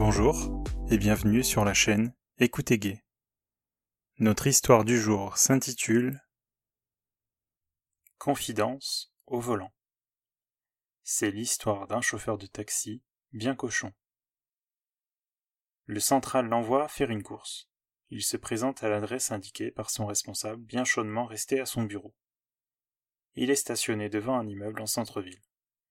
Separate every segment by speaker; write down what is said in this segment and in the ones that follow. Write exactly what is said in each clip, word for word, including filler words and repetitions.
Speaker 1: Bonjour et bienvenue sur la chaîne Écoutez Gai. Notre histoire du jour s'intitule Confidence au volant. C'est l'histoire d'un chauffeur de taxi bien cochon. Le central l'envoie faire une course. Il se présente à l'adresse indiquée par son responsable, bien chaudement resté à son bureau. Il est stationné devant un immeuble en centre-ville.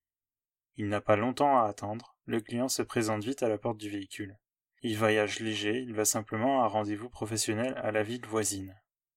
Speaker 1: Il n'a pas longtemps à attendre, le client se présente vite à la porte du véhicule. Il voyage léger, il va simplement à un rendez-vous professionnel à la ville voisine.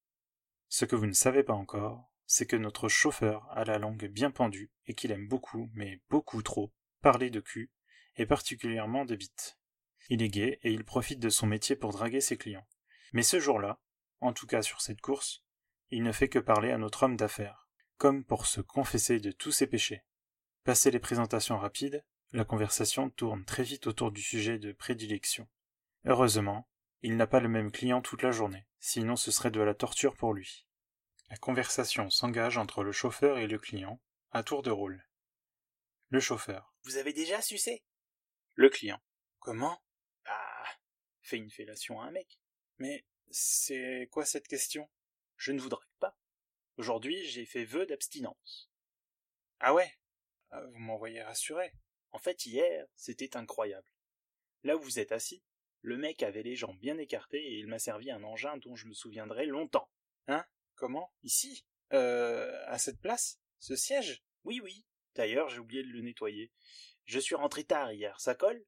Speaker 1: Ce que vous ne savez pas encore, c'est que notre chauffeur a la langue bien pendue et qu'il aime beaucoup, mais beaucoup trop, parler de cul, et particulièrement de bite. Il est gai et il profite de son métier pour draguer ses clients. Mais ce jour-là, en tout cas sur cette course, il ne fait que parler à notre homme d'affaires, comme pour se confesser de tous ses péchés. Passé les présentations rapides, la conversation tourne très vite autour du sujet de prédilection. Heureusement, il n'a pas le même client toute la journée, sinon ce serait de la torture pour lui. La conversation s'engage entre le chauffeur et le client, à tour de rôle. Le chauffeur.
Speaker 2: Vous avez déjà sucé?
Speaker 1: Le client.
Speaker 2: Comment? Ah, fait une fellation à un mec.
Speaker 1: Mais c'est quoi cette question?
Speaker 2: Je ne vous drague pas. Aujourd'hui, j'ai fait vœu d'abstinence.
Speaker 1: Ah ouais? Vous m'envoyez rassuré.
Speaker 2: En fait, hier, c'était incroyable. Là où vous êtes assis, le mec avait les jambes bien écartées et il m'a servi un engin dont je me souviendrai longtemps.
Speaker 1: Hein? Comment? Ici? Euh, à cette place? Ce siège?
Speaker 2: Oui, oui. D'ailleurs, j'ai oublié de le nettoyer. Je suis rentré tard hier, ça colle?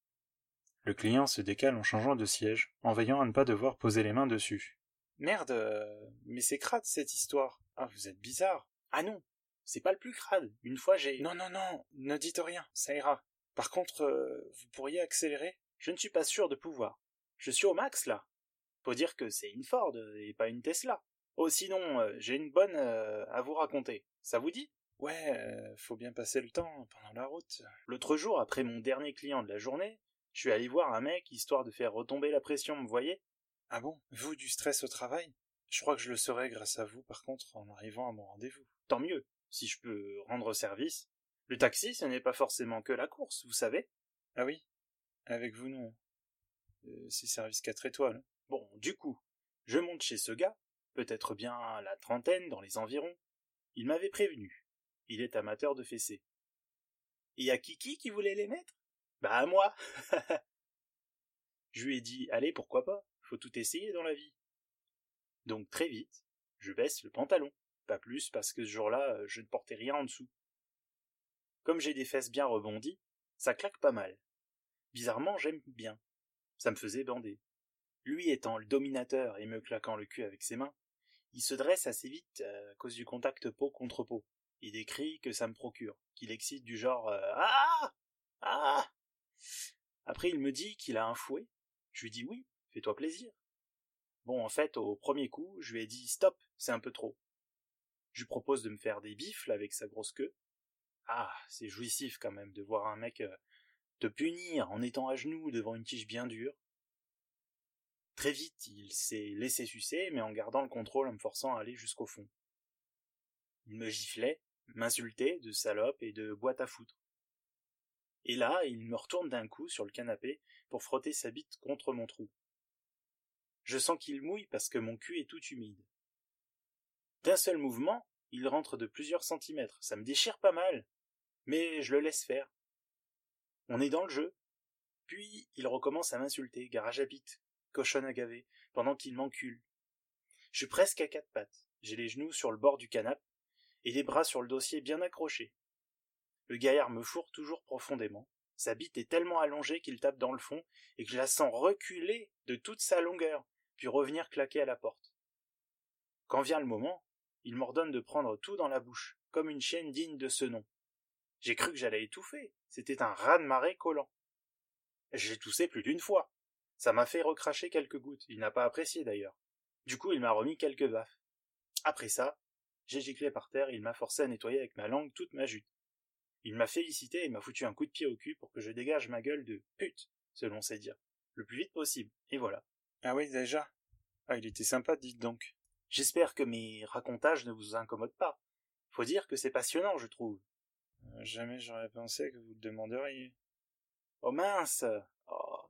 Speaker 1: Le client se décale en changeant de siège, en veillant à ne pas devoir poser les mains dessus. Merde, euh, mais c'est crade cette histoire. Ah, vous êtes bizarre.
Speaker 2: Ah non, c'est pas le plus crade. Une fois j'ai...
Speaker 1: Non, non, non, ne dites rien, ça ira. Par contre, euh, vous pourriez accélérer?
Speaker 2: Je ne suis pas sûr de pouvoir. Je suis au max, là. Faut dire que c'est une Ford et pas une Tesla. Oh, sinon, euh, j'ai une bonne euh, à vous raconter. Ça vous dit?
Speaker 1: Ouais, euh, faut bien passer le temps pendant la route.
Speaker 2: L'autre jour, après mon dernier client de la journée, je suis allé voir un mec histoire de faire retomber la pression, vous voyez?
Speaker 1: Ah bon? Vous, du stress au travail? Je crois que je le saurai grâce à vous, par contre, en arrivant à mon rendez-vous.
Speaker 2: Tant mieux, si je peux rendre service. Le taxi, ce n'est pas forcément que la course, vous savez?
Speaker 1: Ah oui? Avec vous, non. Euh, c'est service quatre étoiles.
Speaker 2: Bon, du coup, je monte chez ce gars, peut-être bien à la trentaine, dans les environs. Il m'avait prévenu. Il est amateur de fessées. Et y a Kiki qui voulait les mettre? Bah à moi. Je lui ai dit, allez, pourquoi pas, faut tout essayer dans la vie. Donc très vite, je baisse le pantalon, pas plus parce que ce jour-là, je ne portais rien en dessous. Comme j'ai des fesses bien rebondies, ça claque pas mal. Bizarrement, j'aime bien. Ça me faisait bander. Lui étant le dominateur et me claquant le cul avec ses mains, il se dresse assez vite à cause du contact peau contre peau, et des cris que ça me procure, qu'il excite du genre euh, « Ah Ah !» Après il me dit qu'il a un fouet. Je lui dis « Oui, fais-toi plaisir ». Bon, en fait, au premier coup, je lui ai dit « Stop, c'est un peu trop ». Je lui propose de me faire des bifles avec sa grosse queue. Ah, c'est jouissif quand même de voir un mec euh, te punir en étant à genoux devant une tige bien dure. Très vite, il s'est laissé sucer, mais en gardant le contrôle en me forçant à aller jusqu'au fond. Il me giflait, m'insultait de salope et de boîte à foutre. Et là, il me retourne d'un coup sur le canapé pour frotter sa bite contre mon trou. Je sens qu'il mouille parce que mon cul est tout humide. D'un seul mouvement, il rentre de plusieurs centimètres, ça me déchire pas mal, mais je le laisse faire. On est dans le jeu. Puis il recommence à m'insulter, garage à bite, cochonne à gaver, pendant qu'il m'encule. Je suis presque à quatre pattes, j'ai les genoux sur le bord du canapé, et les bras sur le dossier bien accrochés. Le gaillard me fourre toujours profondément, sa bite est tellement allongée qu'il tape dans le fond, et que je la sens reculer de toute sa longueur, puis revenir claquer à la porte. Quand vient le moment, il m'ordonne de prendre tout dans la bouche, comme une chienne digne de ce nom. J'ai cru que j'allais étouffer, c'était un raz-de-marée collant. J'ai toussé plus d'une fois. Ça m'a fait recracher quelques gouttes, il n'a pas apprécié d'ailleurs. Du coup, il m'a remis quelques baffes. Après ça, j'ai giclé par terre et il m'a forcé à nettoyer avec ma langue toute ma jute. Il m'a félicité et m'a foutu un coup de pied au cul pour que je dégage ma gueule de pute, selon ses dires, le plus vite possible, et voilà.
Speaker 1: Ah oui, déjà? Ah, il était sympa, dites donc.
Speaker 2: J'espère que mes racontages ne vous incommodent pas. Faut dire que c'est passionnant, je trouve.
Speaker 1: Euh, jamais j'aurais pensé que vous le demanderiez.
Speaker 2: Oh mince! Oh,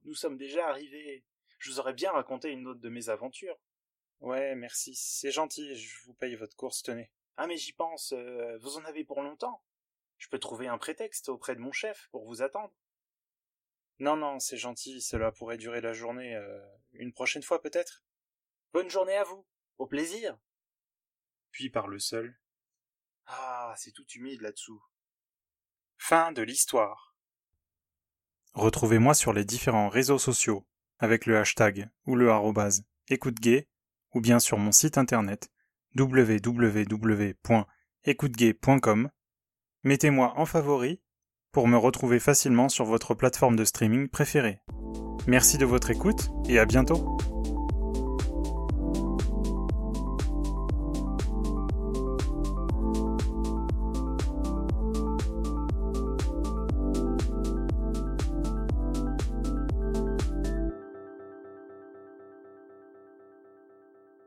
Speaker 2: nous sommes déjà arrivés. Je vous aurais bien raconté une autre de mes aventures.
Speaker 1: Ouais, merci, c'est gentil, je vous paye votre course, tenez.
Speaker 2: Ah mais j'y pense, euh, vous en avez pour longtemps. Je peux trouver un prétexte auprès de mon chef pour vous attendre.
Speaker 1: Non, non, c'est gentil, cela pourrait durer la journée, euh, une prochaine fois peut-être.
Speaker 2: Bonne journée à vous, au plaisir.
Speaker 1: Puis parle seul.
Speaker 2: Ah, c'est tout humide là-dessous.
Speaker 1: Fin de l'histoire. Retrouvez-moi sur les différents réseaux sociaux avec le hashtag ou le arrobase écoute-gay ou bien sur mon site internet w w w point écoute gay point com. Mettez-moi en favori pour me retrouver facilement sur votre plateforme de streaming préférée. Merci de votre écoute et à bientôt.